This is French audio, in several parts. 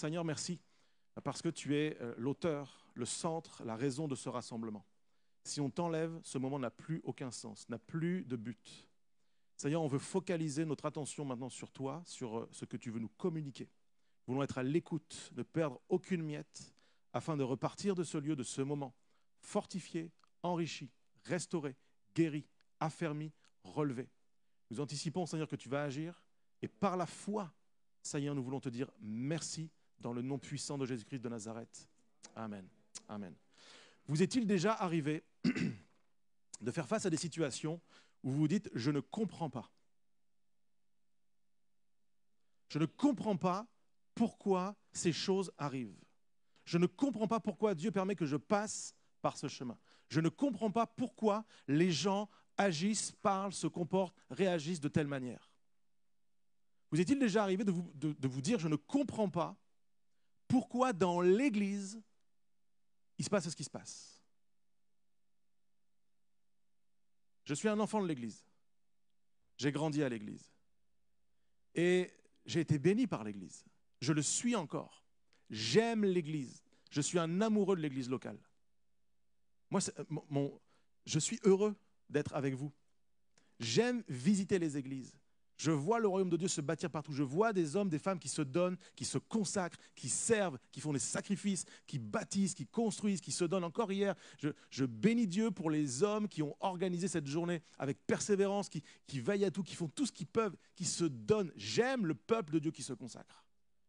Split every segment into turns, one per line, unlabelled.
Seigneur, merci, parce que tu es l'auteur, le centre, la raison de ce rassemblement. Si on t'enlève, ce moment n'a plus aucun sens, n'a plus de but. Seigneur, on veut focaliser notre attention maintenant sur toi, sur ce que tu veux nous communiquer. Nous voulons être à l'écoute, ne perdre aucune miette, afin de repartir de ce lieu, de ce moment, fortifié, enrichi, restauré, guéri, affermi, relevé. Nous anticipons, Seigneur, que tu vas agir, et par la foi, Seigneur, nous voulons te dire merci dans le nom puissant de Jésus-Christ de Nazareth. Amen. Amen. Vous est-il déjà arrivé de faire face à des situations où vous vous dites « je ne comprends pas ». Je ne comprends pas pourquoi ces choses arrivent. Je ne comprends pas pourquoi Dieu permet que je passe par ce chemin. Je ne comprends pas pourquoi les gens agissent, parlent, se comportent, réagissent de telle manière. Vous est-il déjà arrivé de vous dire « je ne comprends pas pourquoi dans l'Église, il se passe ce qui se passe ». Je suis un enfant de l'Église. J'ai grandi à l'Église. Et j'ai été béni par l'Église. Je le suis encore. J'aime l'Église. Je suis un amoureux de l'Église locale. Moi, je suis heureux d'être avec vous. J'aime visiter les églises. Je vois le royaume de Dieu se bâtir partout. Je vois des hommes, des femmes qui se donnent, qui se consacrent, qui servent, qui font des sacrifices, qui bâtissent, qui construisent, qui se donnent. Encore hier, je bénis Dieu pour les hommes qui ont organisé cette journée avec persévérance, qui veillent à tout, qui font tout ce qu'ils peuvent, qui se donnent. J'aime le peuple de Dieu qui se consacre.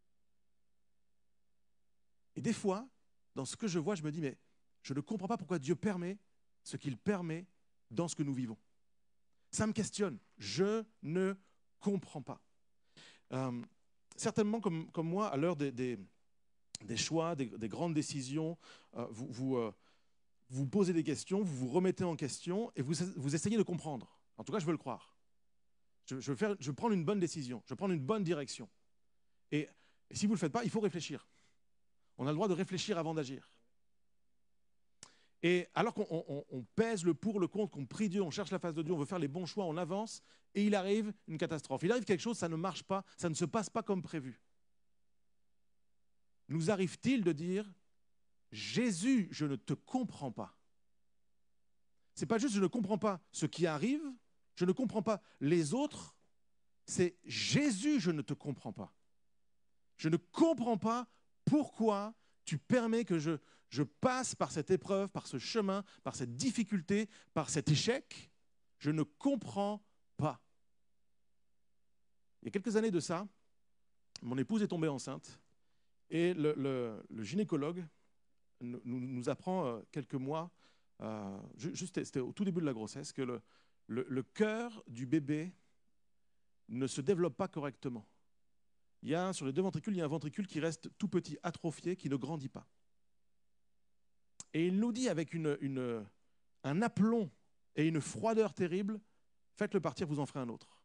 Et des fois, dans ce que je vois, je me dis, mais je ne comprends pas pourquoi Dieu permet ce qu'il permet dans ce que nous vivons. Ça me questionne. Je ne comprends pas. Certainement, comme moi, à l'heure des choix, des grandes décisions, vous posez des questions, vous vous remettez en question et vous essayez de comprendre. En tout cas, je veux le croire. Je veux prendre une bonne décision, je veux prendre une bonne direction. Et si vous ne le faites pas, il faut réfléchir. On a le droit de réfléchir avant d'agir. Et alors qu'on pèse le pour, le contre, qu'on prie Dieu, on cherche la face de Dieu, on veut faire les bons choix, on avance, et il arrive une catastrophe. Il arrive quelque chose, ça ne marche pas, ça ne se passe pas comme prévu. Nous arrive-t-il de dire « Jésus, je ne te comprends pas ». Ce n'est pas juste « je ne comprends pas ce qui arrive », je ne comprends pas les autres, c'est « Jésus, je ne te comprends pas ». Je ne comprends pas pourquoi tu permets que je passe par cette épreuve, par ce chemin, par cette difficulté, par cet échec. Je ne comprends pas. Il y a quelques années de ça, mon épouse est tombée enceinte et le gynécologue nous apprend quelques mois, c'était au tout début de la grossesse, que le cœur du bébé ne se développe pas correctement. Sur les deux ventricules, il y a un ventricule qui reste tout petit, atrophié, qui ne grandit pas. Et il nous dit avec un aplomb et une froideur terrible, faites-le partir, vous en ferez un autre.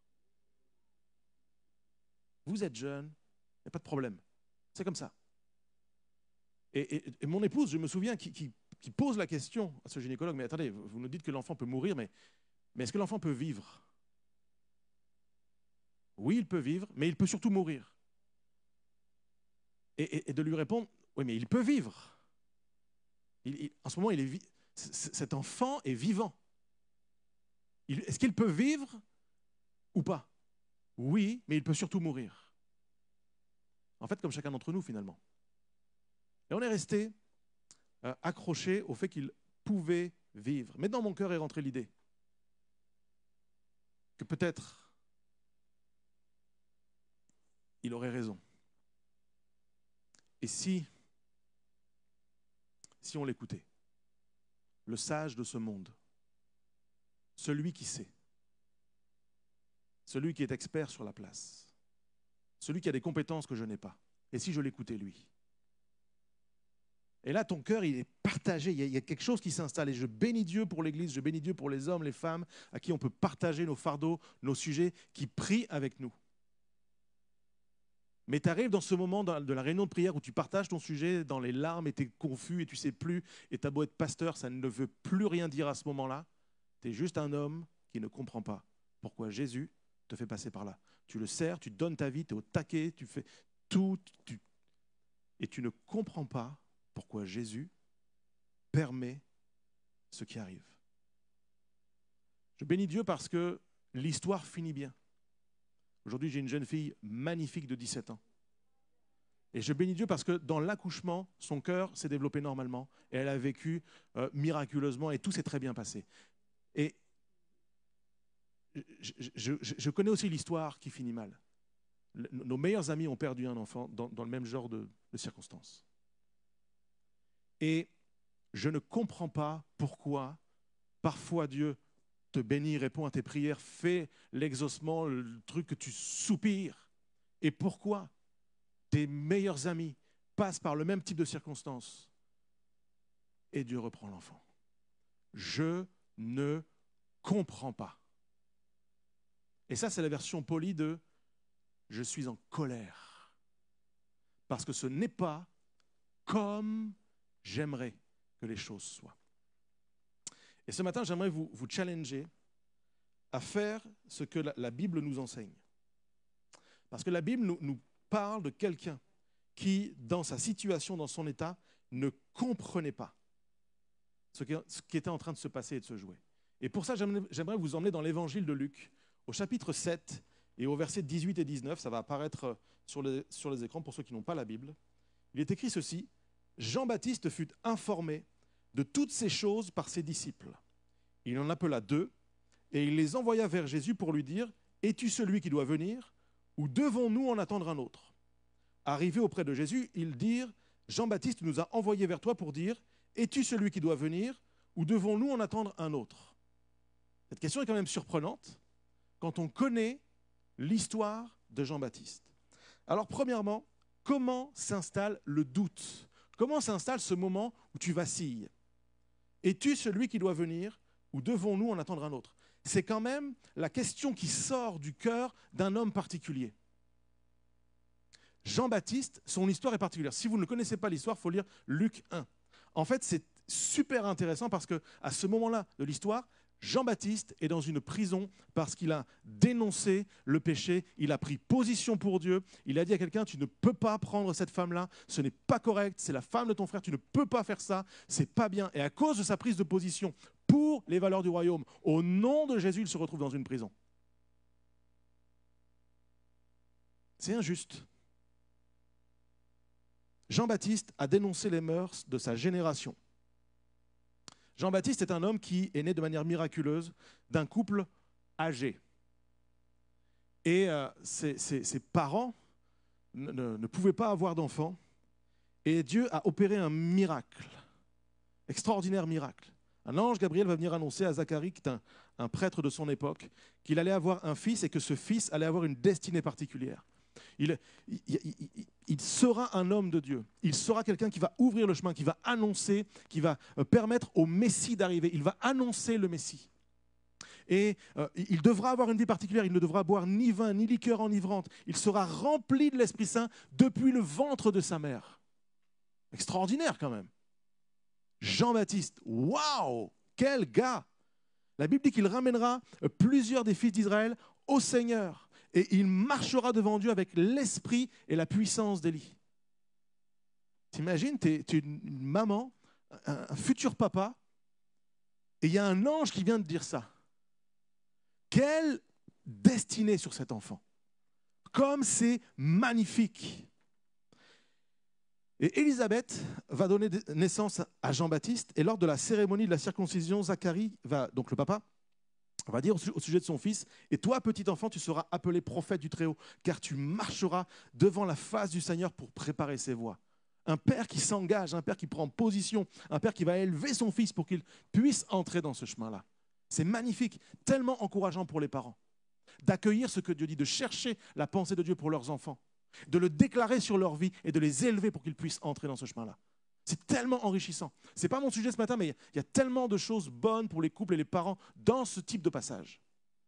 Vous êtes jeune, il n'y a pas de problème. C'est comme ça. Et mon épouse, je me souviens, qui pose la question à ce gynécologue, mais attendez, vous nous dites que l'enfant peut mourir, mais est-ce que l'enfant peut vivre? Oui, il peut vivre, mais il peut surtout mourir. Et de lui répondre, oui, mais il peut vivre. En ce moment, cet enfant est vivant. Est-ce qu'il peut vivre ou pas? Oui, mais il peut surtout mourir. En fait, comme chacun d'entre nous, finalement. Et on est resté accroché au fait qu'il pouvait vivre. Mais dans mon cœur est rentrée l'idée que peut-être il aurait raison. Et si on l'écoutait, le sage de ce monde, celui qui sait, celui qui est expert sur la place, celui qui a des compétences que je n'ai pas, et si je l'écoutais lui? Et là, ton cœur, il est partagé, il y a quelque chose qui s'installe. Et je bénis Dieu pour l'Église, je bénis Dieu pour les hommes, les femmes, à qui on peut partager nos fardeaux, nos sujets, qui prient avec nous. Mais tu arrives dans ce moment de la réunion de prière où tu partages ton sujet dans les larmes et tu es confus et tu ne sais plus, et tu as beau être pasteur, ça ne veut plus rien dire à ce moment-là. Tu es juste un homme qui ne comprend pas pourquoi Jésus te fait passer par là. Tu le sers, tu donnes ta vie, tu es au taquet, tu fais tout. et tu ne comprends pas pourquoi Jésus permet ce qui arrive. Je bénis Dieu parce que l'histoire finit bien. Aujourd'hui, j'ai une jeune fille magnifique de 17 ans. Et je bénis Dieu parce que dans l'accouchement, son cœur s'est développé normalement et elle a vécu miraculeusement et tout s'est très bien passé. Et je connais aussi l'histoire qui finit mal. Nos meilleurs amis ont perdu un enfant dans le même genre de circonstances. Et je ne comprends pas pourquoi parfois Dieu te bénit, répond à tes prières, fait l'exaucement, le truc que tu soupires. Et pourquoi tes meilleurs amis passent par le même type de circonstances et Dieu reprend l'enfant. Je ne comprends pas. Et ça, c'est la version polie de « je suis en colère ». Parce que ce n'est pas comme j'aimerais que les choses soient. Et ce matin, j'aimerais vous challenger à faire ce que la Bible nous enseigne. Parce que la Bible nous parle de quelqu'un qui, dans sa situation, dans son état, ne comprenait pas ce qui était en train de se passer et de se jouer. Et pour ça, j'aimerais vous emmener dans l'évangile de Luc, au chapitre 7 et au verset 18 et 19. Ça va apparaître sur les écrans pour ceux qui n'ont pas la Bible. Il est écrit ceci: Jean-Baptiste fut informé de toutes ces choses par ses disciples. Il en appela 2 et il les envoya vers Jésus pour lui dire: es-tu celui qui doit venir ou devons-nous en attendre un autre? Arrivés auprès de Jésus, ils dirent: Jean-Baptiste nous a envoyés vers toi pour dire: es-tu celui qui doit venir ou devons-nous en attendre un autre? Cette question est quand même surprenante quand on connaît l'histoire de Jean-Baptiste. Alors premièrement, comment s'installe le doute? Comment s'installe ce moment où tu vacilles? Es-tu celui qui doit venir ou devons-nous en attendre un autre? C'est quand même la question qui sort du cœur d'un homme particulier. Jean-Baptiste, son histoire est particulière. Si vous ne connaissez pas l'histoire, il faut lire Luc 1. En fait, c'est super intéressant parce qu'à ce moment-là de l'histoire, Jean-Baptiste est dans une prison parce qu'il a dénoncé le péché, il a pris position pour Dieu, il a dit à quelqu'un: tu ne peux pas prendre cette femme-là, ce n'est pas correct, c'est la femme de ton frère, tu ne peux pas faire ça, c'est pas bien. Et à cause de sa prise de position pour les valeurs du royaume, au nom de Jésus, il se retrouve dans une prison. C'est injuste. Jean-Baptiste a dénoncé les mœurs de sa génération. Jean-Baptiste est un homme qui est né de manière miraculeuse d'un couple âgé. Et ses parents ne pouvaient pas avoir d'enfants. Et Dieu a opéré un miracle, extraordinaire miracle. Un ange, Gabriel, va venir annoncer à Zacharie, qui est un prêtre de son époque, qu'il allait avoir un fils et que ce fils allait avoir une destinée particulière. Il sera un homme de Dieu. Il sera quelqu'un qui va ouvrir le chemin, qui va annoncer, qui va permettre au Messie d'arriver. Il va annoncer le Messie. Et il devra avoir une vie particulière. Il ne devra boire ni vin, ni liqueur enivrante. Il sera rempli de l'Esprit Saint depuis le ventre de sa mère. Extraordinaire quand même. Jean-Baptiste, waouh, quel gars! La Bible dit qu'il ramènera plusieurs des fils d'Israël au Seigneur. Et il marchera devant Dieu avec l'esprit et la puissance d'Élie. T'imagines, t'es une maman, un futur papa, et il y a un ange qui vient de dire ça. Quelle destinée sur cet enfant! Comme c'est magnifique! Et Élisabeth va donner naissance à Jean-Baptiste, et lors de la cérémonie de la circoncision, Zacharie, donc le papa, va dire au sujet de son fils: et toi, petit enfant, tu seras appelé prophète du Très-Haut, car tu marcheras devant la face du Seigneur pour préparer ses voies. Un père qui s'engage, un père qui prend position, un père qui va élever son fils pour qu'il puisse entrer dans ce chemin-là. C'est magnifique, tellement encourageant pour les parents d'accueillir ce que Dieu dit, de chercher la pensée de Dieu pour leurs enfants, de le déclarer sur leur vie et de les élever pour qu'ils puissent entrer dans ce chemin-là. C'est tellement enrichissant. Ce n'est pas mon sujet ce matin, mais il y a tellement de choses bonnes pour les couples et les parents dans ce type de passage.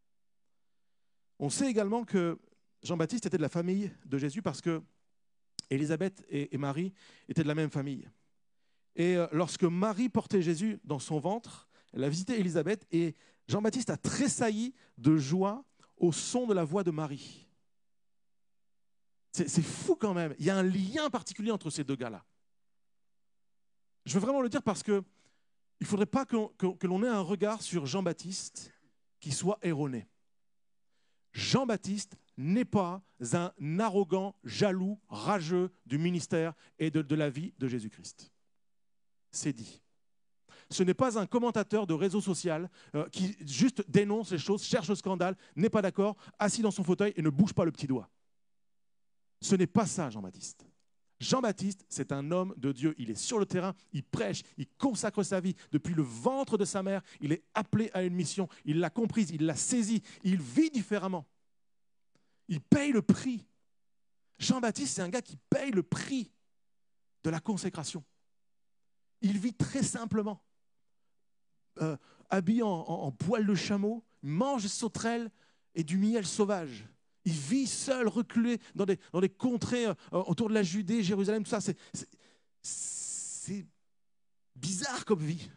On sait également que Jean-Baptiste était de la famille de Jésus parce que Élisabeth et Marie étaient de la même famille. Et lorsque Marie portait Jésus dans son ventre, elle a visité Élisabeth et Jean-Baptiste a tressailli de joie au son de la voix de Marie. C'est fou quand même. Il y a un lien particulier entre ces deux gars-là. Je veux vraiment le dire parce qu'il ne faudrait pas que l'on ait un regard sur Jean-Baptiste qui soit erroné. Jean-Baptiste n'est pas un arrogant, jaloux, rageux du ministère et de la vie de Jésus-Christ. C'est dit. Ce n'est pas un commentateur de réseau social qui juste dénonce les choses, cherche le scandale, n'est pas d'accord, assis dans son fauteuil et ne bouge pas le petit doigt. Ce n'est pas ça, Jean-Baptiste. Jean-Baptiste, c'est un homme de Dieu. Il est sur le terrain, il prêche, il consacre sa vie. Depuis le ventre de sa mère, il est appelé à une mission. Il l'a comprise, il l'a saisie. Il vit différemment. Il paye le prix. Jean-Baptiste, c'est un gars qui paye le prix de la consécration. Il vit très simplement. Habillé en poil de chameau, mange sauterelles et du miel sauvage. Il vit seul, reculé dans des contrées autour de la Judée, Jérusalem, tout ça. C'est bizarre comme vie.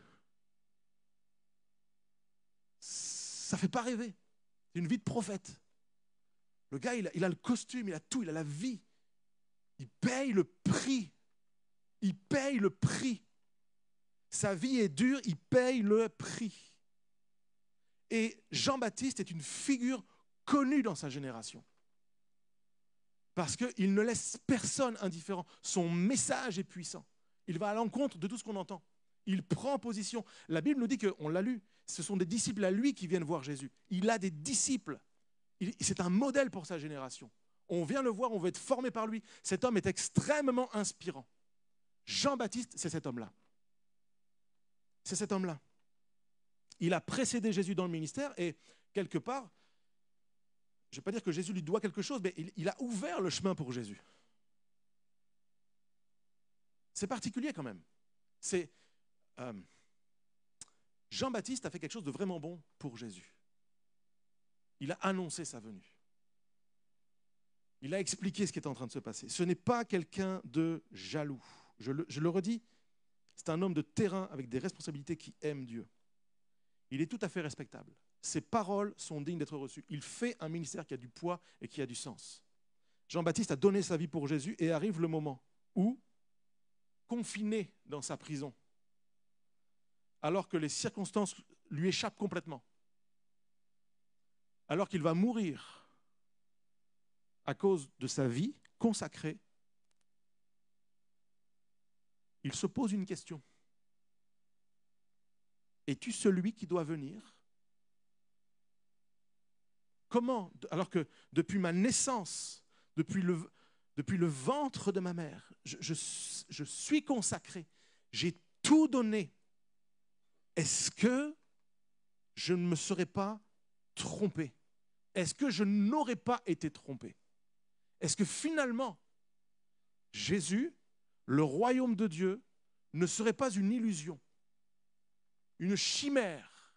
Ça ne fait pas rêver. C'est une vie de prophète. Le gars, il a le costume, il a tout, il a la vie. Il paye le prix. Il paye le prix. Sa vie est dure, il paye le prix. Et Jean-Baptiste est une figure connu dans sa génération. Parce qu'il ne laisse personne indifférent. Son message est puissant. Il va à l'encontre de tout ce qu'on entend. Il prend position. La Bible nous dit qu'on l'a lu. Ce sont des disciples à lui qui viennent voir Jésus. Il a des disciples. C'est un modèle pour sa génération. On vient le voir, on veut être formé par lui. Cet homme est extrêmement inspirant. Jean-Baptiste, c'est cet homme-là. C'est cet homme-là. Il a précédé Jésus dans le ministère et quelque part, je ne vais pas dire que Jésus lui doit quelque chose, mais il a ouvert le chemin pour Jésus. C'est particulier quand même. Jean-Baptiste a fait quelque chose de vraiment bon pour Jésus. Il a annoncé sa venue. Il a expliqué ce qui était en train de se passer. Ce n'est pas quelqu'un de jaloux. Je le redis, c'est un homme de terrain avec des responsabilités qui aime Dieu. Il est tout à fait respectable. Ses paroles sont dignes d'être reçues. Il fait un ministère qui a du poids et qui a du sens. Jean-Baptiste a donné sa vie pour Jésus et arrive le moment où, confiné dans sa prison, alors que les circonstances lui échappent complètement, alors qu'il va mourir à cause de sa vie consacrée, il se pose une question. Es-tu celui qui doit venir ? Comment, alors que depuis ma naissance, depuis le ventre de ma mère, je suis consacré, j'ai tout donné. Est-ce que je ne me serais pas trompé ? Est-ce que je n'aurais pas été trompé ? Est-ce que finalement, Jésus, le royaume de Dieu, ne serait pas une illusion, une chimère,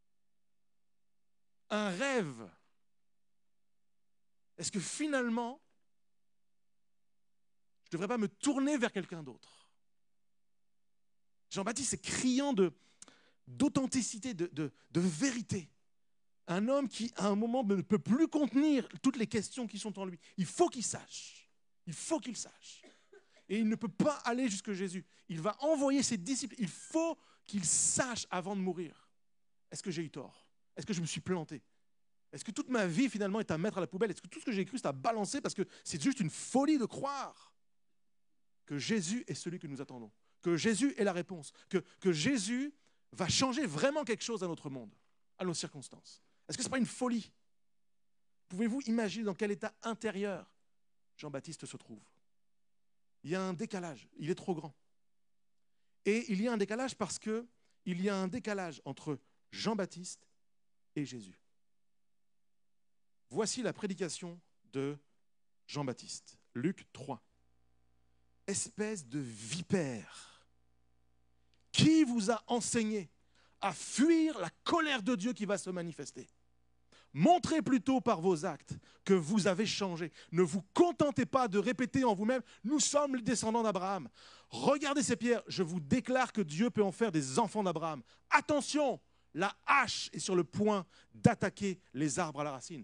un rêve ? Est-ce que finalement, je ne devrais pas me tourner vers quelqu'un d'autre ? Jean-Baptiste est criant d'authenticité, de vérité. Un homme qui, à un moment, ne peut plus contenir toutes les questions qui sont en lui. Il faut qu'il sache. Il faut qu'il sache. Et il ne peut pas aller jusque Jésus. Il va envoyer ses disciples. Il faut qu'il sache avant de mourir. Est-ce que j'ai eu tort ? Est-ce que je me suis planté ? Est-ce que toute ma vie, finalement, est à mettre à la poubelle ? Est-ce que tout ce que j'ai cru, c'est à balancer parce que c'est juste une folie de croire que Jésus est celui que nous attendons, que Jésus est la réponse, que Jésus va changer vraiment quelque chose à notre monde, à nos circonstances ? Est-ce que ce n'est pas une folie ? Pouvez-vous imaginer dans quel état intérieur Jean-Baptiste se trouve ? Il y a un décalage, il est trop grand. Et il y a un décalage parce qu'il y a un décalage entre Jean-Baptiste et Jésus. Voici la prédication de Jean-Baptiste. Luc 3. Espèce de vipère, qui vous a enseigné à fuir la colère de Dieu qui va se manifester ? Montrez plutôt par vos actes que vous avez changé. Ne vous contentez pas de répéter en vous-même « Nous sommes les descendants d'Abraham ». Regardez ces pierres, je vous déclare que Dieu peut en faire des enfants d'Abraham. Attention, la hache est sur le point d'attaquer les arbres à la racine.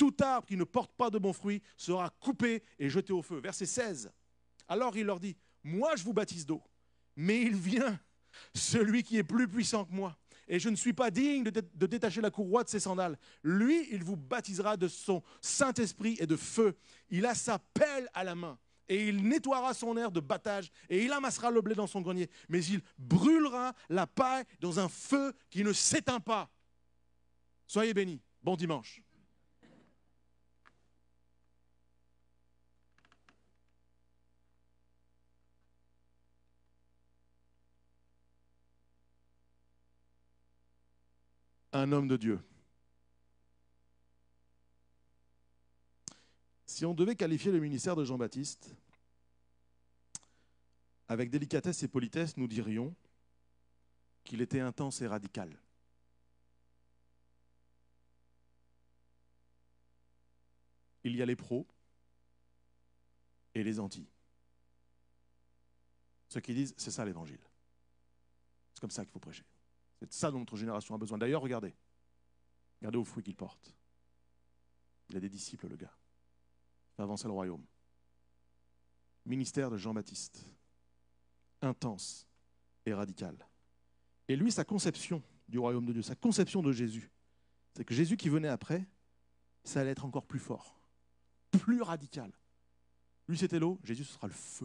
Tout arbre qui ne porte pas de bons fruits sera coupé et jeté au feu. Verset 16. Alors il leur dit, moi je vous baptise d'eau, mais il vient celui qui est plus puissant que moi. Et je ne suis pas digne de détacher la courroie de ses sandales. Lui, il vous baptisera de son Saint-Esprit et de feu. Il a sa pelle à la main. Et il nettoiera son aire de battage, et il amassera le blé dans son grenier. Mais il brûlera la paille dans un feu qui ne s'éteint pas. Soyez bénis. Bon dimanche. Un homme de Dieu. Si on devait qualifier le ministère de Jean-Baptiste, avec délicatesse et politesse, nous dirions qu'il était intense et radical. Il y a les pros et les antis. Ceux qui disent, c'est ça l'évangile. C'est comme ça qu'il faut prêcher. C'est de ça dont notre génération a besoin. D'ailleurs, regardez. Regardez aux fruits qu'il porte. Il a des disciples, le gars. Il fait avancer le royaume. Ministère de Jean-Baptiste. Intense et radical. Et lui, sa conception du royaume de Dieu, sa conception de Jésus, c'est que Jésus qui venait après, ça allait être encore plus fort, plus radical. Lui, c'était l'eau, Jésus, ce sera le feu.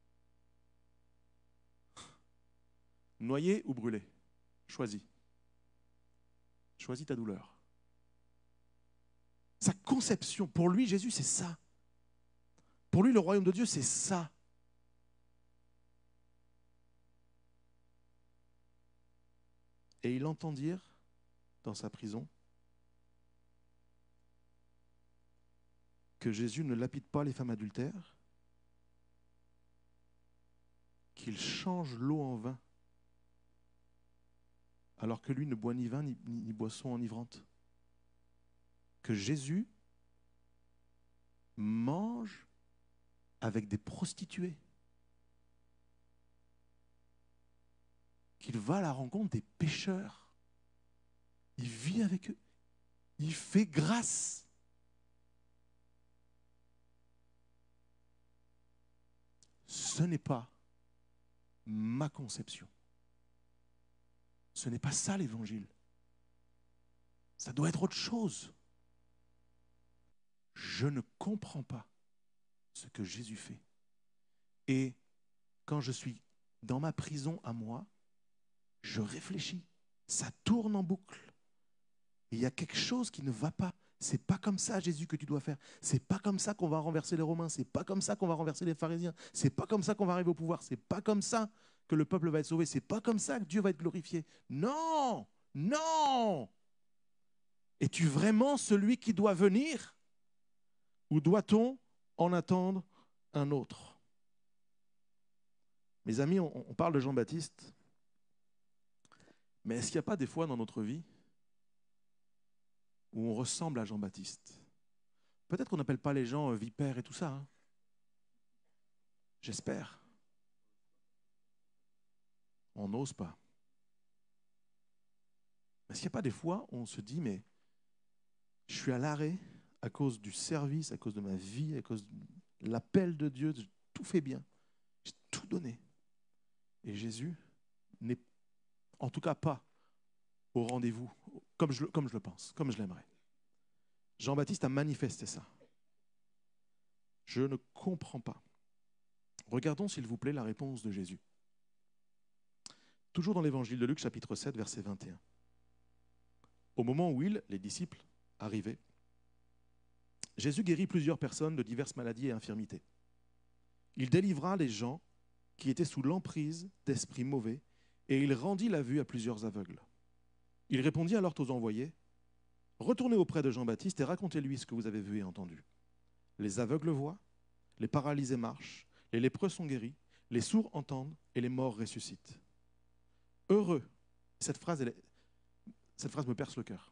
Noyé ou brûlé, choisis. Choisis ta douleur. Sa conception, pour lui, Jésus, c'est ça. Pour lui, le royaume de Dieu, c'est ça. Et il entend dire, dans sa prison, que Jésus ne lapide pas les femmes adultères, qu'il change l'eau en vin, alors que lui ne boit ni vin ni boisson enivrante. Que Jésus mange avec des prostituées. Qu'il va à la rencontre des pécheurs. Il vit avec eux. Il fait grâce. Ce n'est pas ma conception. Ce n'est pas ça l'évangile. Ça doit être autre chose. Je ne comprends pas ce que Jésus fait. Et quand je suis dans ma prison à moi, je réfléchis. Ça tourne en boucle. Et il y a quelque chose qui ne va pas. C'est pas comme ça, Jésus, que tu dois faire. C'est pas comme ça qu'on va renverser les Romains. C'est pas comme ça qu'on va renverser les pharisiens. C'est pas comme ça qu'on va arriver au pouvoir. C'est pas comme ça que le peuple va être sauvé. C'est pas comme ça que Dieu va être glorifié. Non, non. Es-tu vraiment celui qui doit venir? Ou doit-on en attendre un autre? Mes amis, on parle de Jean-Baptiste. Mais est-ce qu'il n'y a pas des fois dans notre vie où on ressemble à Jean-Baptiste? Peut-être qu'on n'appelle pas les gens vipères et tout ça. Hein. J'espère. On n'ose pas. Mais est-ce qu'il n'y a pas des fois où on se dit, mais je suis à l'arrêt à cause du service, à cause de ma vie, à cause de l'appel de Dieu, j'ai tout fait bien, j'ai tout donné. Et Jésus n'est en tout cas pas au rendez-vous, comme je le pense, comme je l'aimerais. Jean-Baptiste a manifesté ça. Je ne comprends pas. Regardons, s'il vous plaît, la réponse de Jésus. Toujours dans l'évangile de Luc, chapitre 7, verset 21. Au moment où les disciples, arrivaient, Jésus guérit plusieurs personnes de diverses maladies et infirmités. Il délivra les gens qui étaient sous l'emprise d'esprits mauvais et il rendit la vue à plusieurs aveugles. Il répondit alors aux envoyés, « Retournez auprès de Jean-Baptiste et racontez-lui ce que vous avez vu et entendu. Les aveugles voient, les paralysés marchent, les lépreux sont guéris, les sourds entendent et les morts ressuscitent. » Heureux, cette phrase me perce le cœur.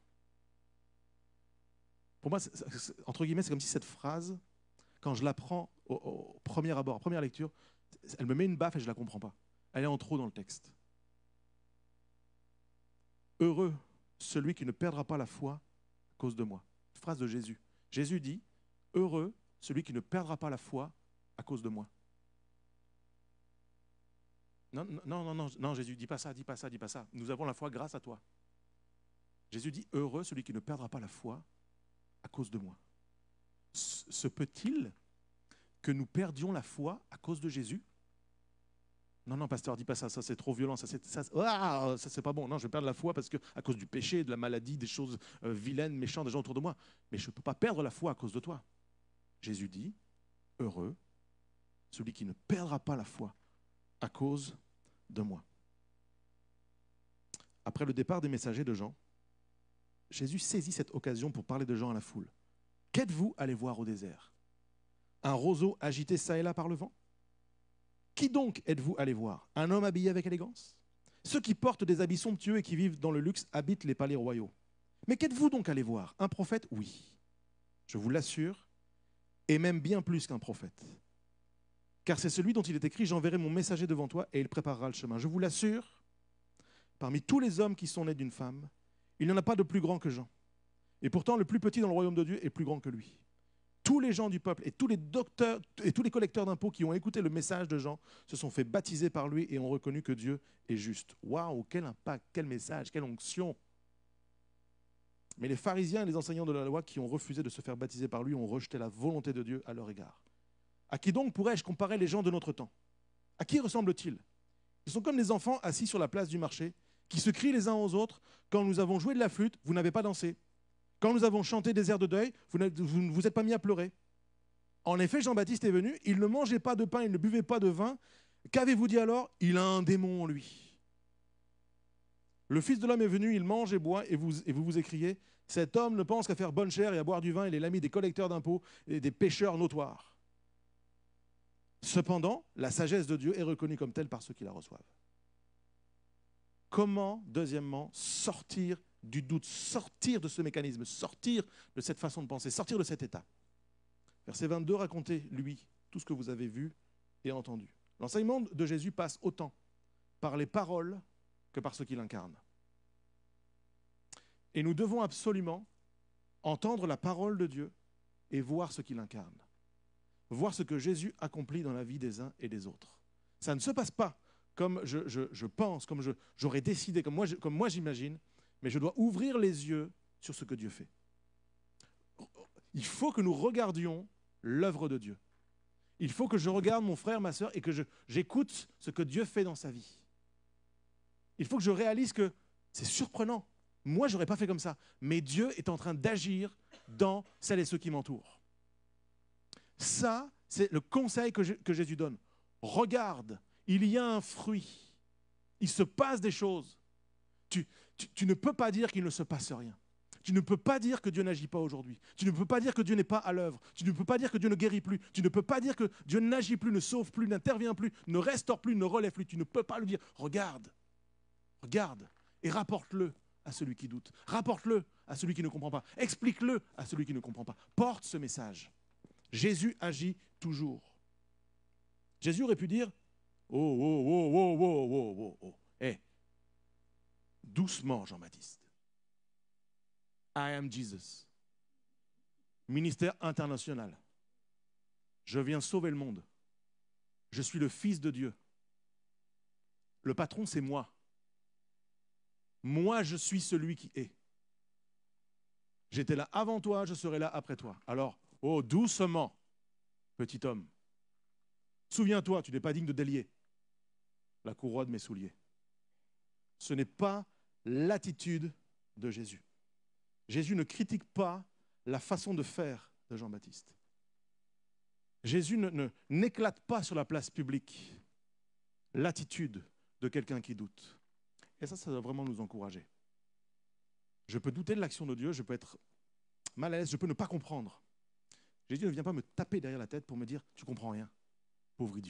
Pour moi, entre guillemets, c'est comme si cette phrase, quand je la prends au premier abord, première lecture, elle me met une baffe et je ne la comprends pas. Elle est en trop dans le texte. Heureux celui qui ne perdra pas la foi à cause de moi. Phrase de Jésus. Jésus dit, heureux celui qui ne perdra pas la foi à cause de moi. Non, non, non, non, non, Jésus, dis pas ça, dis pas ça, dis pas ça. Nous avons la foi grâce à toi. Jésus dit, heureux celui qui ne perdra pas la foi à cause de moi. Se peut-il que nous perdions la foi à cause de Jésus? Non, non, pasteur, dis pas ça, ça c'est trop violent, ça c'est pas bon. Non, je vais perdre la foi parce que à cause du péché, de la maladie, des choses vilaines, méchantes, des gens autour de moi. Mais je ne peux pas perdre la foi à cause de toi. Jésus dit, heureux celui qui ne perdra pas la foi à cause de moi. Après le départ des messagers de Jean, Jésus saisit cette occasion pour parler de Jean à la foule. Qu'êtes-vous allé voir au désert? Un roseau agité çà et là par le vent? Qui donc êtes-vous allé voir? Un homme habillé avec élégance? Ceux qui portent des habits somptueux et qui vivent dans le luxe habitent les palais royaux. Mais qu'êtes-vous donc allé voir? Un prophète? Oui, je vous l'assure, et même bien plus qu'un prophète. Car c'est celui dont il est écrit, j'enverrai mon messager devant toi et il préparera le chemin. Je vous l'assure, parmi tous les hommes qui sont nés d'une femme, il n'y en a pas de plus grand que Jean. Et pourtant, le plus petit dans le royaume de Dieu est plus grand que lui. Tous les gens du peuple et tous les docteurs et tous les collecteurs d'impôts qui ont écouté le message de Jean se sont fait baptiser par lui et ont reconnu que Dieu est juste. Waouh, quel impact, quel message, quelle onction! Mais les pharisiens et les enseignants de la loi qui ont refusé de se faire baptiser par lui ont rejeté la volonté de Dieu à leur égard. À qui donc pourrais-je comparer les gens de notre temps? À qui ressemblent-ils? Ils sont comme des enfants assis sur la place du marché qui se crient les uns aux autres. Quand nous avons joué de la flûte, vous n'avez pas dansé. Quand nous avons chanté des airs de deuil, vous ne vous êtes pas mis à pleurer. En effet, Jean-Baptiste est venu, il ne mangeait pas de pain, il ne buvait pas de vin. Qu'avez-vous dit alors? Il a un démon en lui. Le Fils de l'homme est venu, il mange et boit, et vous écriez, cet homme ne pense qu'à faire bonne chère et à boire du vin, il est l'ami des collecteurs d'impôts et des pécheurs notoires. Cependant, la sagesse de Dieu est reconnue comme telle par ceux qui la reçoivent. Comment, deuxièmement, sortir du doute, sortir de ce mécanisme, sortir de cette façon de penser, sortir de cet état? Verset 22, racontez, lui, tout ce que vous avez vu et entendu. L'enseignement de Jésus passe autant par les paroles que par ceux qui l'incarnent. Et nous devons absolument entendre la parole de Dieu et voir ce qu'il incarne. Voir ce que Jésus accomplit dans la vie des uns et des autres. Ça ne se passe pas comme je pense, comme j'aurais décidé, comme moi j'imagine, mais je dois ouvrir les yeux sur ce que Dieu fait. Il faut que nous regardions l'œuvre de Dieu. Il faut que je regarde mon frère, ma sœur, et que j'écoute ce que Dieu fait dans sa vie. Il faut que je réalise que c'est surprenant. Moi, je n'aurais pas fait comme ça. Mais Dieu est en train d'agir dans celles et ceux qui m'entourent. Ça, c'est le conseil que Jésus donne. Regarde, il y a un fruit. Il se passe des choses. Tu ne peux pas dire qu'il ne se passe rien. Tu ne peux pas dire que Dieu n'agit pas aujourd'hui. Tu ne peux pas dire que Dieu n'est pas à l'œuvre. Tu ne peux pas dire que Dieu ne guérit plus. Tu ne peux pas dire que Dieu n'agit plus, ne sauve plus, n'intervient plus, ne restaure plus, ne relève plus. Tu ne peux pas le dire. Regarde, regarde et rapporte-le à celui qui doute. Rapporte-le à celui qui ne comprend pas. Explique-le à celui qui ne comprend pas. Porte ce message. Jésus agit toujours. Jésus aurait pu dire « Oh, oh, oh, oh, oh, oh, oh, oh. Hey, doucement, Jean-Baptiste. I am Jesus. Ministère international. Je viens sauver le monde. Je suis le Fils de Dieu. Le patron, c'est moi. Moi, je suis celui qui est. J'étais là avant toi, je serai là après toi. Alors, oh, doucement, petit homme. Souviens-toi, tu n'es pas digne de délier la courroie de mes souliers. Ce n'est pas l'attitude de Jésus. Jésus ne critique pas la façon de faire de Jean-Baptiste. Jésus n'éclate pas sur la place publique l'attitude de quelqu'un qui doute. Et ça doit vraiment nous encourager. Je peux douter de l'action de Dieu, je peux être mal à l'aise, je peux ne pas comprendre. Jésus ne vient pas me taper derrière la tête pour me dire « tu comprends rien, pauvre idiot ».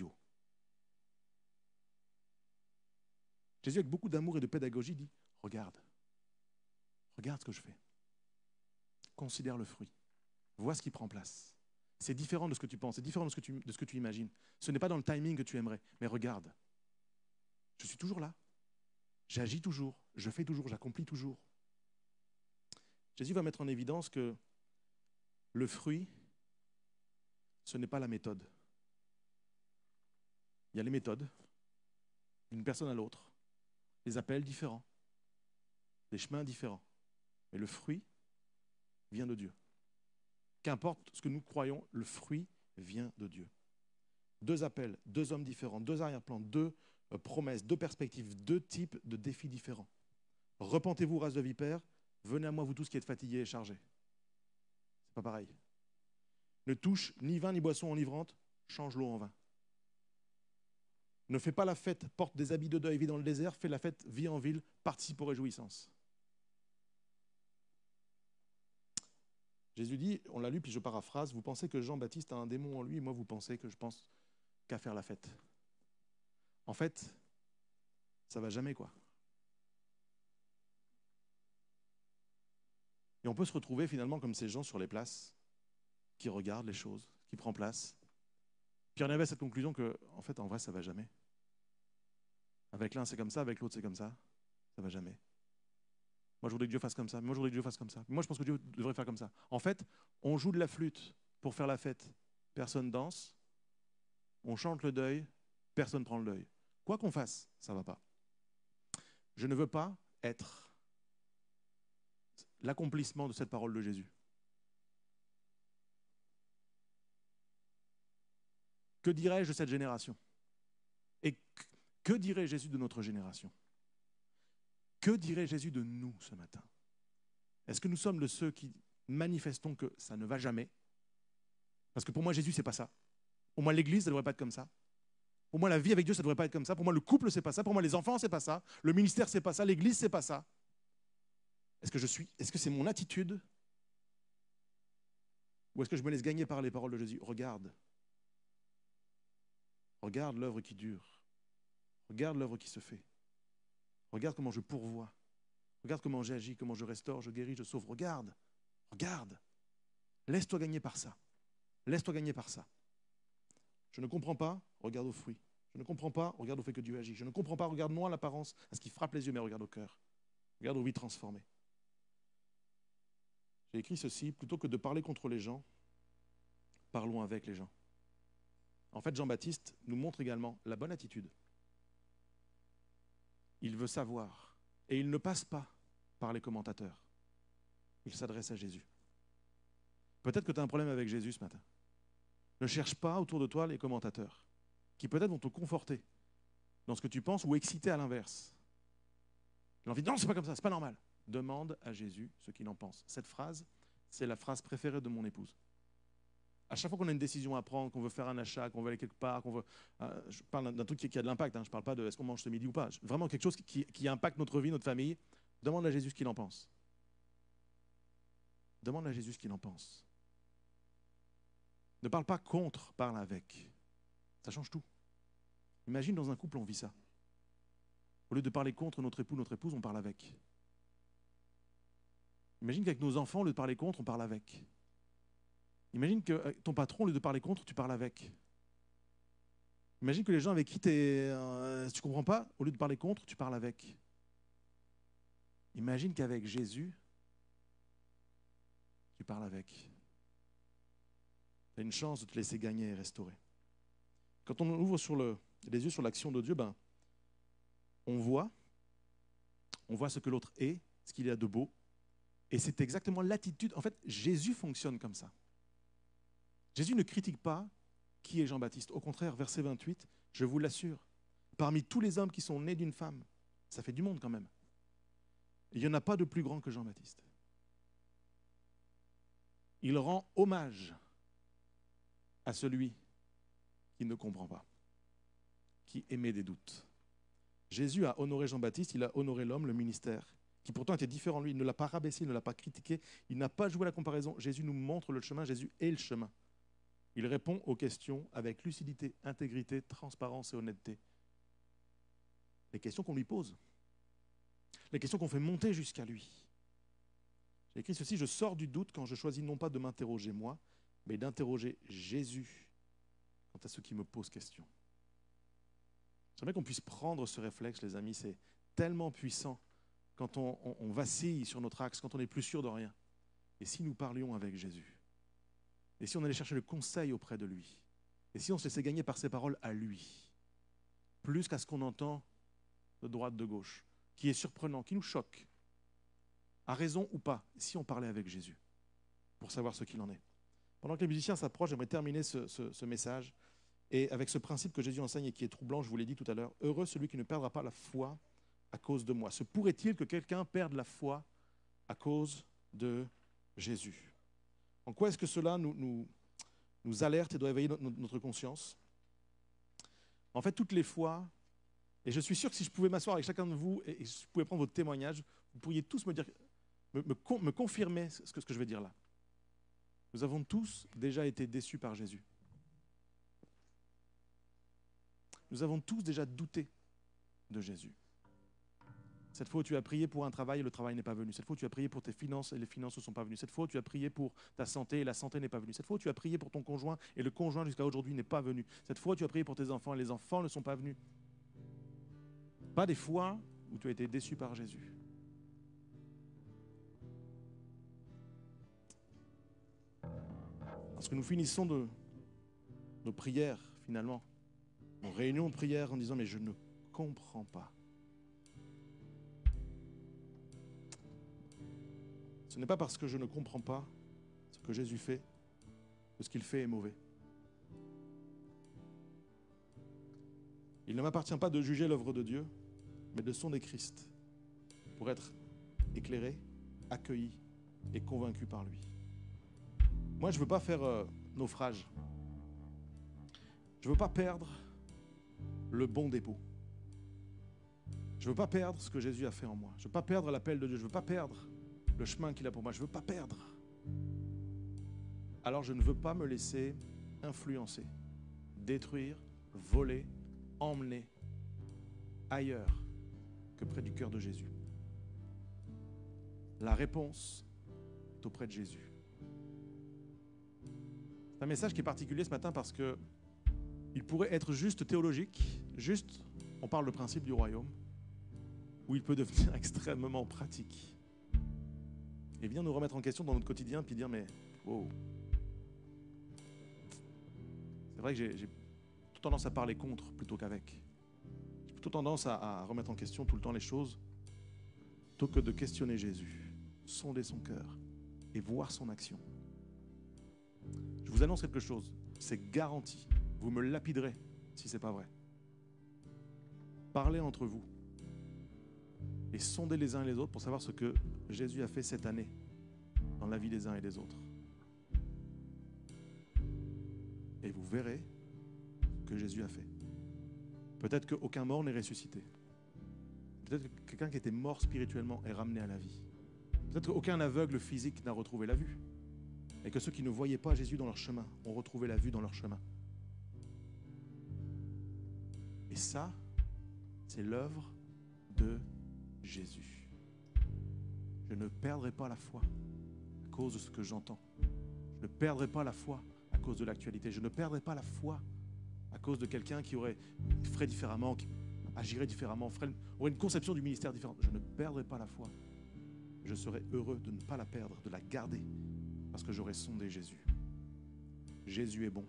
Jésus, avec beaucoup d'amour et de pédagogie, dit « regarde, regarde ce que je fais. Considère le fruit. Vois ce qui prend place. C'est différent de ce que tu penses, c'est différent de ce que tu imagines. Ce n'est pas dans le timing que tu aimerais, mais regarde. Je suis toujours là. J'agis toujours, je fais toujours, j'accomplis toujours. » Jésus va mettre en évidence que Le fruit, ce n'est pas la méthode. Il y a les méthodes, d'une personne à l'autre, des appels différents, des chemins différents. Mais le fruit vient de Dieu. Qu'importe ce que nous croyons, le fruit vient de Dieu. 2 appels, 2 hommes différents, 2 arrière-plans, 2 promesses, 2 perspectives, 2 types de défis différents. Repentez-vous, race de vipères, venez à moi, vous tous qui êtes fatigués et chargés. C'est pas pareil. Ne touche ni vin ni boisson enivrante, change l'eau en vin. Ne fais pas la fête, porte des habits de deuil, vis dans le désert, fais la fête, vis en ville, participe aux réjouissances. Jésus dit, on l'a lu, puis je paraphrase, vous pensez que Jean-Baptiste a un démon en lui, et moi vous pensez que je pense qu'à faire la fête. En fait, ça va jamais, quoi. Et on peut se retrouver finalement comme ces gens sur les places, qui regardent les choses, qui prennent place. Puis on avait à cette conclusion que, en fait, en vrai, ça va jamais. Avec l'un, c'est comme ça, avec l'autre, c'est comme ça va jamais. Moi, je voudrais que Dieu fasse comme ça. Moi, je voudrais que Dieu fasse comme ça. Moi, je pense que Dieu devrait faire comme ça. En fait, on joue de la flûte pour faire la fête. Personne danse. On chante le deuil. Personne prend le deuil. Quoi qu'on fasse, ça ne va pas. Je ne veux pas être l'accomplissement de cette parole de Jésus. Que dirais-je de cette génération? Et que dirait Jésus de notre génération? Que dirait Jésus de nous ce matin? Est-ce que nous sommes de ceux qui manifestons que ça ne va jamais? Parce que pour moi, Jésus, ce n'est pas ça. Pour moi, l'Église, ça ne devrait pas être comme ça. Pour moi, la vie avec Dieu, ça ne devrait pas être comme ça. Pour moi, le couple, ce n'est pas ça. Pour moi, les enfants, ce n'est pas ça. Le ministère, ce n'est pas ça. L'Église, ce n'est pas ça. Est-ce que c'est mon attitude? Ou est-ce que je me laisse gagner par les paroles de Jésus? Regarde. Regarde l'œuvre qui dure. Regarde l'œuvre qui se fait. Regarde comment je pourvois. Regarde comment j'agis, comment je restaure, je guéris, je sauve. Regarde. Regarde. Laisse-toi gagner par ça. Laisse-toi gagner par ça. Je ne comprends pas, regarde aux fruits. Je ne comprends pas, regarde au fait que Dieu agit. Je ne comprends pas, regarde non à l'apparence, à ce qui frappe les yeux, mais regarde au cœur. Regarde aux vies transformées. J'ai écrit ceci, plutôt que de parler contre les gens, parlons avec les gens. En fait, Jean-Baptiste nous montre également la bonne attitude. Il veut savoir, et il ne passe pas par les commentateurs. Il s'adresse à Jésus. Peut-être que tu as un problème avec Jésus ce matin. Ne cherche pas autour de toi les commentateurs, qui peut-être vont te conforter dans ce que tu penses ou exciter à l'inverse. L'envie de non, c'est pas comme ça, c'est pas normal. Demande à Jésus ce qu'il en pense. Cette phrase, c'est la phrase préférée de mon épouse. À chaque fois qu'on a une décision à prendre, qu'on veut faire un achat, qu'on veut aller quelque part, je parle d'un truc qui a de l'impact, je ne parle pas de est-ce qu'on mange ce midi ou pas. Vraiment quelque chose qui impacte notre vie, notre famille. Demande à Jésus ce qu'il en pense. Demande à Jésus ce qu'il en pense. Ne parle pas contre, parle avec. Ça change tout. Imagine dans un couple, on vit ça. Au lieu de parler contre notre époux, notre épouse, on parle avec. Imagine qu'avec nos enfants, au lieu de parler contre, on parle avec. Imagine que ton patron, au lieu de parler contre, tu parles avec. Imagine que les gens avec qui tu ne comprends pas, au lieu de parler contre, tu parles avec. Imagine qu'avec Jésus, tu parles avec. Tu as une chance de te laisser gagner et restaurer. Quand on ouvre les yeux sur l'action de Dieu, on voit ce que l'autre est, ce qu'il a de beau. Et c'est exactement l'attitude. En fait, Jésus fonctionne comme ça. Jésus ne critique pas qui est Jean-Baptiste. Au contraire, verset 28, je vous l'assure, parmi tous les hommes qui sont nés d'une femme, ça fait du monde quand même, il n'y en a pas de plus grand que Jean-Baptiste. Il rend hommage à celui qui ne comprend pas, qui émet des doutes. Jésus a honoré Jean-Baptiste, il a honoré l'homme, le ministère, qui pourtant était différent de lui. Il ne l'a pas rabaissé, il ne l'a pas critiqué, il n'a pas joué la comparaison. Jésus nous montre le chemin, Jésus est le chemin. Il répond aux questions avec lucidité, intégrité, transparence et honnêteté. Les questions qu'on lui pose, les questions qu'on fait monter jusqu'à lui. J'ai écrit ceci, je sors du doute quand je choisis non pas de m'interroger moi, mais d'interroger Jésus quant à ceux qui me posent question. J'aimerais qu'on puisse prendre ce réflexe, les amis, c'est tellement puissant quand on vacille sur notre axe, quand on n'est plus sûr de rien. Et si nous parlions avec Jésus, et si on allait chercher le conseil auprès de lui, et si on se laissait gagner par ses paroles à lui, plus qu'à ce qu'on entend de droite, de gauche, qui est surprenant, qui nous choque, à raison ou pas, si on parlait avec Jésus, pour savoir ce qu'il en est. Pendant que les musiciens s'approchent, j'aimerais terminer ce message, et avec ce principe que Jésus enseigne et qui est troublant, je vous l'ai dit tout à l'heure, heureux celui qui ne perdra pas la foi à cause de moi. Se pourrait-il que quelqu'un perde la foi à cause de Jésus? En quoi est-ce que cela nous alerte et doit éveiller notre conscience? En fait, toutes les fois, et je suis sûr que si je pouvais m'asseoir avec chacun de vous et je pouvais prendre votre témoignage, vous pourriez tous me dire, me confirmer ce que je vais dire là. Nous avons tous déjà été déçus par Jésus. Nous avons tous déjà douté de Jésus. Cette fois où tu as prié pour un travail et le travail n'est pas venu. Cette fois où tu as prié pour tes finances et les finances ne sont pas venues. Cette fois où tu as prié pour ta santé et la santé n'est pas venue. Cette fois où tu as prié pour ton conjoint et le conjoint jusqu'à aujourd'hui n'est pas venu. Cette fois où tu as prié pour tes enfants et les enfants ne sont pas venus. Pas des fois où tu as été déçu par Jésus. Parce que nous finissons nos prières finalement, nos réunions de prière en disant mais je ne comprends pas. Ce n'est pas parce que je ne comprends pas ce que Jésus fait que ce qu'il fait est mauvais. Il ne m'appartient pas de juger l'œuvre de Dieu, mais de sonder Christ pour être éclairé, accueilli et convaincu par lui. Moi, je ne veux pas faire naufrage. Je ne veux pas perdre le bon dépôt. Je ne veux pas perdre ce que Jésus a fait en moi. Je ne veux pas perdre l'appel de Dieu. Je ne veux pas perdre le chemin qu'il a pour moi. Je ne veux pas perdre. Alors je ne veux pas me laisser influencer, détruire, voler, emmener ailleurs que près du cœur de Jésus. La réponse est auprès de Jésus. C'est un message qui est particulier ce matin parce que il pourrait être juste théologique, juste, on parle le principe du royaume, ou il peut devenir extrêmement pratique. Et bien nous remettre en question dans notre quotidien, puis dire, mais, wow. C'est vrai que j'ai plutôt tendance à parler contre plutôt qu'avec. J'ai plutôt tendance à remettre en question tout le temps les choses, plutôt que de questionner Jésus, sonder son cœur et voir son action. Je vous annonce quelque chose, c'est garanti. Vous me lapiderez si ce n'est pas vrai. Parlez entre vous et sondez les uns et les autres pour savoir ce que Jésus a fait cette année dans la vie des uns et des autres. Et vous verrez ce que Jésus a fait. Peut-être qu'aucun mort n'est ressuscité. Peut-être que quelqu'un qui était mort spirituellement est ramené à la vie. Peut-être qu'aucun aveugle physique n'a retrouvé la vue. Et que ceux qui ne voyaient pas Jésus dans leur chemin ont retrouvé la vue dans leur chemin. Et ça, c'est l'œuvre de Jésus. Je ne perdrai pas la foi à cause de ce que j'entends. Je ne perdrai pas la foi à cause de l'actualité. Je ne perdrai pas la foi à cause de quelqu'un qui ferait différemment, qui agirait différemment, aurait une conception du ministère différente. Je ne perdrai pas la foi. Je serai heureux de ne pas la perdre, de la garder, parce que j'aurai sondé Jésus. Jésus est bon.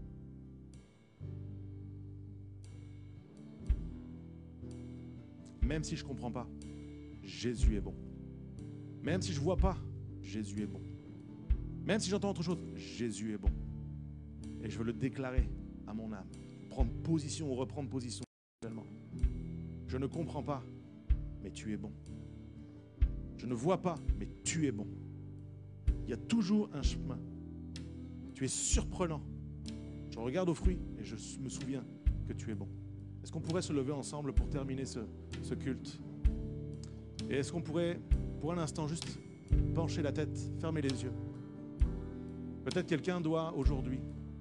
Même si je ne comprends pas, Jésus est bon. Même si je ne vois pas, Jésus est bon. Même si j'entends autre chose, Jésus est bon. Et je veux le déclarer à mon âme. Prendre position ou reprendre position. Je ne comprends pas, mais tu es bon. Je ne vois pas, mais tu es bon. Il y a toujours un chemin. Tu es surprenant. Je regarde aux fruits et je me souviens que tu es bon. Est-ce qu'on pourrait se lever ensemble pour terminer ce culte? Et est-ce qu'on pourrait, pour un instant, juste pencher la tête, fermer les yeux? Peut-être quelqu'un doit aujourd'hui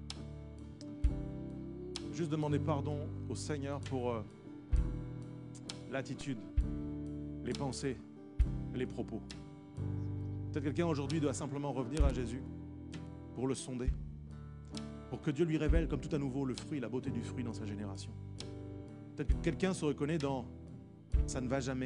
juste demander pardon au Seigneur pour l'attitude, les pensées et les propos. Peut-être quelqu'un aujourd'hui doit simplement revenir à Jésus pour le sonder, pour que Dieu lui révèle comme tout à nouveau le fruit, la beauté du fruit dans sa génération. Peut-être que quelqu'un se reconnaît dans « ça ne va jamais ».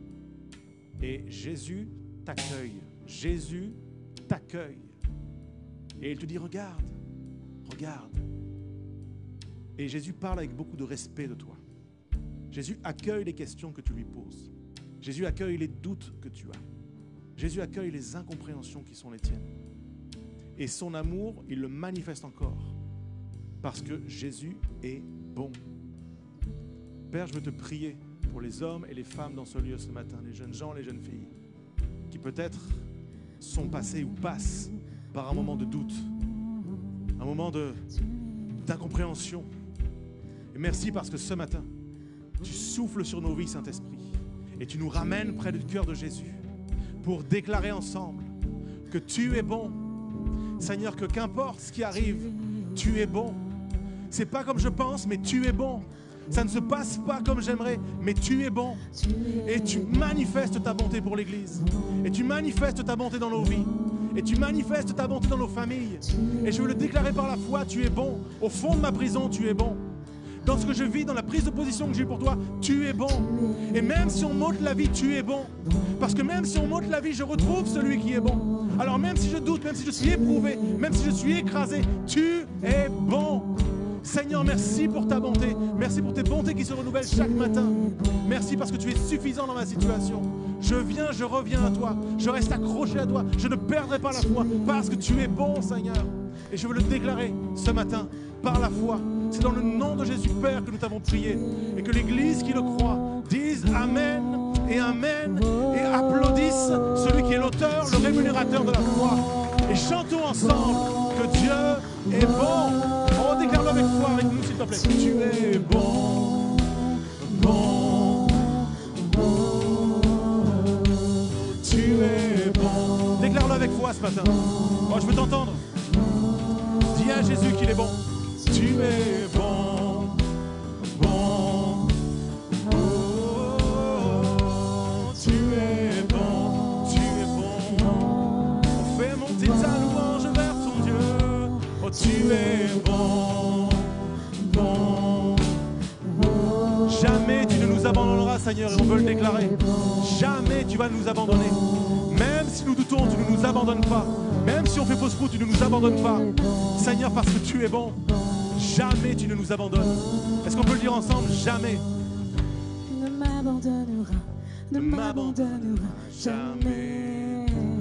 Et Jésus t'accueille. Jésus t'accueille. Et il te dit, regarde, regarde. Et Jésus parle avec beaucoup de respect de toi. Jésus accueille les questions que tu lui poses. Jésus accueille les doutes que tu as. Jésus accueille les incompréhensions qui sont les tiennes. Et son amour, il le manifeste encore. Parce que Jésus est bon. Père, je veux te prier pour les hommes et les femmes dans ce lieu ce matin, les jeunes gens, les jeunes filles, qui peut-être sont passés ou passent par un moment de doute, un moment d'incompréhension. Et merci parce que ce matin, tu souffles sur nos vies, Saint-Esprit, et tu nous ramènes près du cœur de Jésus pour déclarer ensemble que tu es bon. Seigneur, que qu'importe ce qui arrive, tu es bon. C'est pas comme je pense, mais tu es bon. Ça ne se passe pas comme j'aimerais, mais tu es bon. Et tu manifestes ta bonté pour l'Église. Et tu manifestes ta bonté dans nos vies. Et tu manifestes ta bonté dans nos familles. Et je veux le déclarer par la foi, tu es bon. Au fond de ma prison, tu es bon. Dans ce que je vis, dans la prise de position que j'ai pour toi, tu es bon. Et même si on m'ôte la vie, tu es bon. Parce que même si on m'ôte la vie, je retrouve celui qui est bon. Alors même si je doute, même si je suis éprouvé, même si je suis écrasé, tu es bon. Seigneur, merci pour ta bonté. Merci pour tes bontés qui se renouvellent chaque matin. Merci parce que tu es suffisant dans ma situation. Je viens, je reviens à toi. Je reste accroché à toi. Je ne perdrai pas la foi parce que tu es bon, Seigneur. Et je veux le déclarer ce matin par la foi. C'est dans le nom de Jésus Père que nous t'avons prié. Et que l'Église qui le croit dise Amen et Amen et applaudisse celui qui est l'auteur, le rémunérateur de la foi. Et chantons ensemble que Dieu est bon. On déclare avec foi avec nous, s'il te plaît. Tu es bon, bon, bon. Tu es bon. Déclare-le avec foi ce matin. Oh, je veux t'entendre. Dis à Jésus qu'il est bon. Tu es bon, bon, oh, tu es bon, tu es bon. On fait monter ta louange vers ton Dieu. Oh, tu es bon, bon, bon. Jamais tu ne nous abandonneras, Seigneur, et on veut le déclarer. Jamais tu vas nous abandonner. Même si nous doutons, tu ne nous abandonnes pas. Même si on fait fausse route, tu ne nous abandonnes pas. Seigneur, parce que tu es bon. Jamais tu ne nous abandonnes. Est-ce qu'on peut le dire ensemble? Jamais.
Ne m'abandonnera, ne m'abandonnera jamais.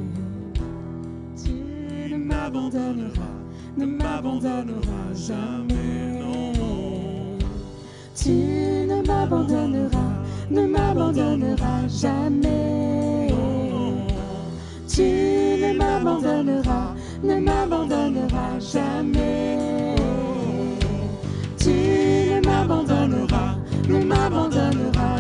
Tu ne m'abandonneras, ne m'abandonneras jamais. Non. Tu ne m'abandonneras, ne m'abandonneras jamais. Tu ne m'abandonneras, ne m'abandonneras jamais. Tu ne m'abandonneras, ne m'abandonneras